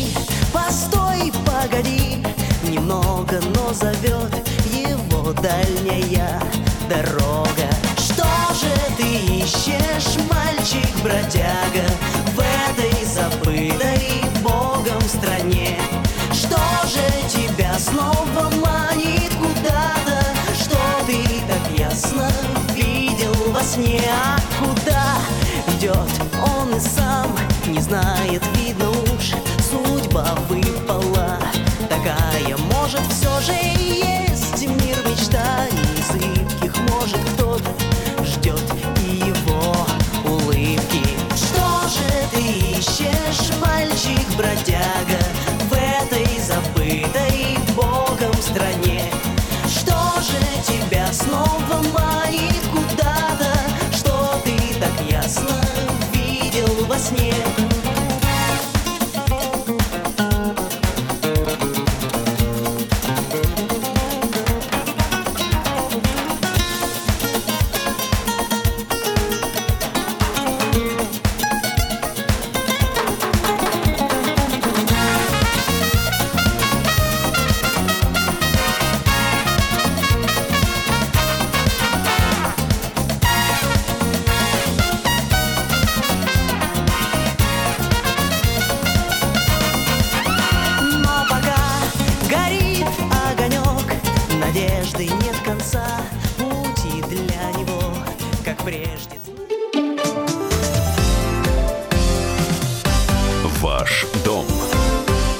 постой, погоди немного, но зовет его дальняя дорога. Что же ты ищешь, мальчик-бродяга, в этой забытой Богом стране? Что же тебя снова манит куда-то, что ты так ясно видел во сне? А куда идет он и сам не знает, видно уж судьба выпала такая. Может, все же есть мир мечтаний зыбких, может, кто-то ждет и его улыбки. Что же ты ищешь, мальчик-бродяга, в этой забытой Богом стране? Что же тебя снова манит куда-то, что ты так ясно видел во сне? Ваш дом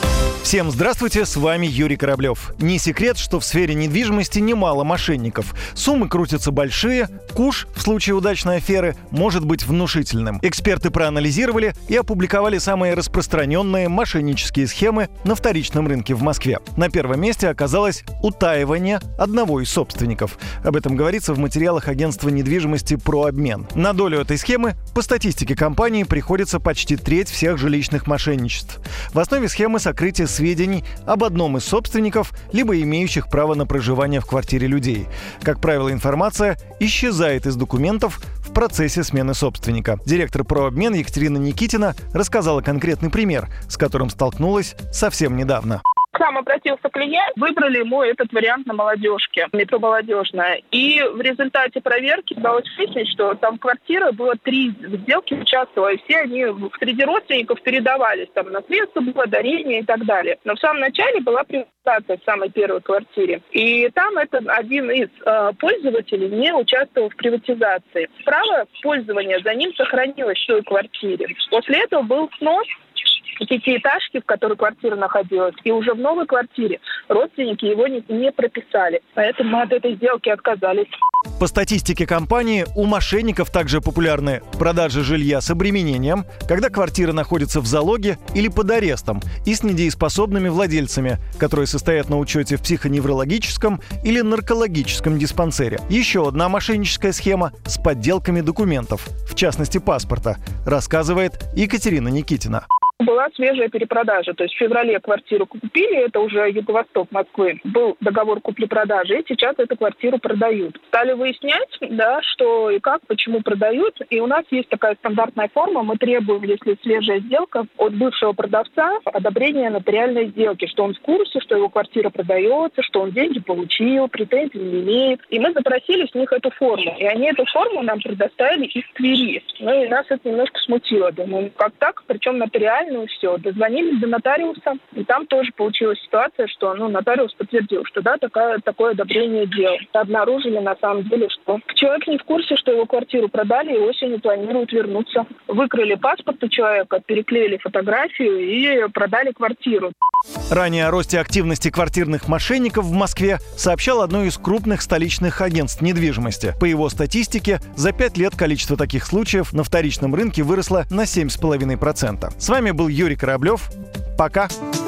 Всем здравствуйте, с вами Юрий Кораблев. Не секрет, что в сфере недвижимости немало мошенников. Суммы крутятся большие, куш в случае удачной аферы может быть внушительным. Эксперты проанализировали и опубликовали самые распространенные мошеннические схемы на вторичном рынке в Москве. На первом месте оказалось утаивание одного из собственников. Об этом говорится в материалах агентства недвижимости «Прообмен». На долю этой схемы, по статистике компании, приходится почти треть всех жилищных мошенничеств. В основе схемы сокрытие сведений об одном из собственников, либо имеющих право на проживание в квартире людей. Как правило, информация исчезает из документов в процессе смены собственника. Директор «Прообмен» Екатерина Никитина рассказала конкретный пример, с которым столкнулась совсем недавно. К нам обратился клиент, выбрали ему этот вариант на Молодежке, метро Молодежная. И в результате проверки удалось выяснить, что там квартира, было 3 сделки участвовало, и все они среди родственников передавались. Там наследство было, дарение и так далее. Но в самом начале была приватизация в самой первой квартире. И там один из пользователей не участвовал в приватизации. Право пользования за ним сохранилось в той квартире. После этого был снос пятиэтажки, в которой квартира находилась, и уже в новой квартире родственники его не прописали. Поэтому мы от этой сделки отказались. По статистике компании, у мошенников также популярны продажи жилья с обременением, когда квартира находится в залоге или под арестом, и с недееспособными владельцами, которые состоят на учете в психоневрологическом или наркологическом диспансере. Еще одна мошенническая схема с подделками документов, в частности паспорта, рассказывает Екатерина Никитина. Была свежая перепродажа. То есть в феврале квартиру купили, это уже юго-восток Москвы. Был договор купли-продажи, и сейчас эту квартиру продают. Стали выяснять, что и как, почему продают. И у нас есть такая стандартная форма. Мы требуем, если свежая сделка, от бывшего продавца одобрения нотариальной сделки, что он в курсе, что его квартира продается, что он деньги получил, претензий не имеет. И мы запросили с них эту форму. И они эту форму нам предоставили из Твери. Ну и нас это немножко смутило. Думаю, как так? Причем нотариально все. Дозвонились до нотариуса, и там тоже получилась ситуация, что нотариус подтвердил, что такое одобрение дел. Обнаружили на самом деле, что человек не в курсе, что его квартиру продали и осенью планируют вернуться. Выкрали паспорт у человека, переклеили фотографию и продали квартиру. Ранее о росте активности квартирных мошенников в Москве сообщал одно из крупных столичных агентств недвижимости. По его статистике, за 5 лет количество таких случаев на вторичном рынке выросло на 7,5%. С вами был Юрий Кораблев. Пока.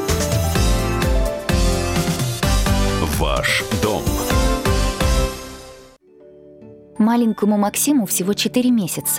Ваш дом. Маленькому Максиму всего 4 месяца.